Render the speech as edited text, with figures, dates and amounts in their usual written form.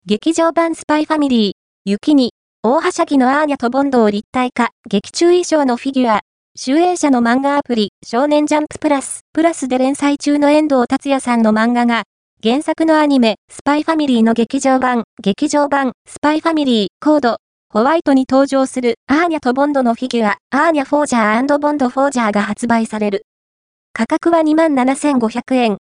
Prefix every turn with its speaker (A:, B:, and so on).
A: 劇場版スパイファミリー、雪に、大はしゃぎのアーニャとボンドを立体化、劇中衣装のフィギュア、集英社の漫画アプリ、少年ジャンププラスで連載中の遠藤達也さんの漫画が、原作のアニメ、スパイファミリーの劇場版、スパイファミリー、コード、ホワイトに登場するアーニャとボンドのフィギュア、アーニャフォージャー&ボンドフォージャーが発売される。価格は27,500円。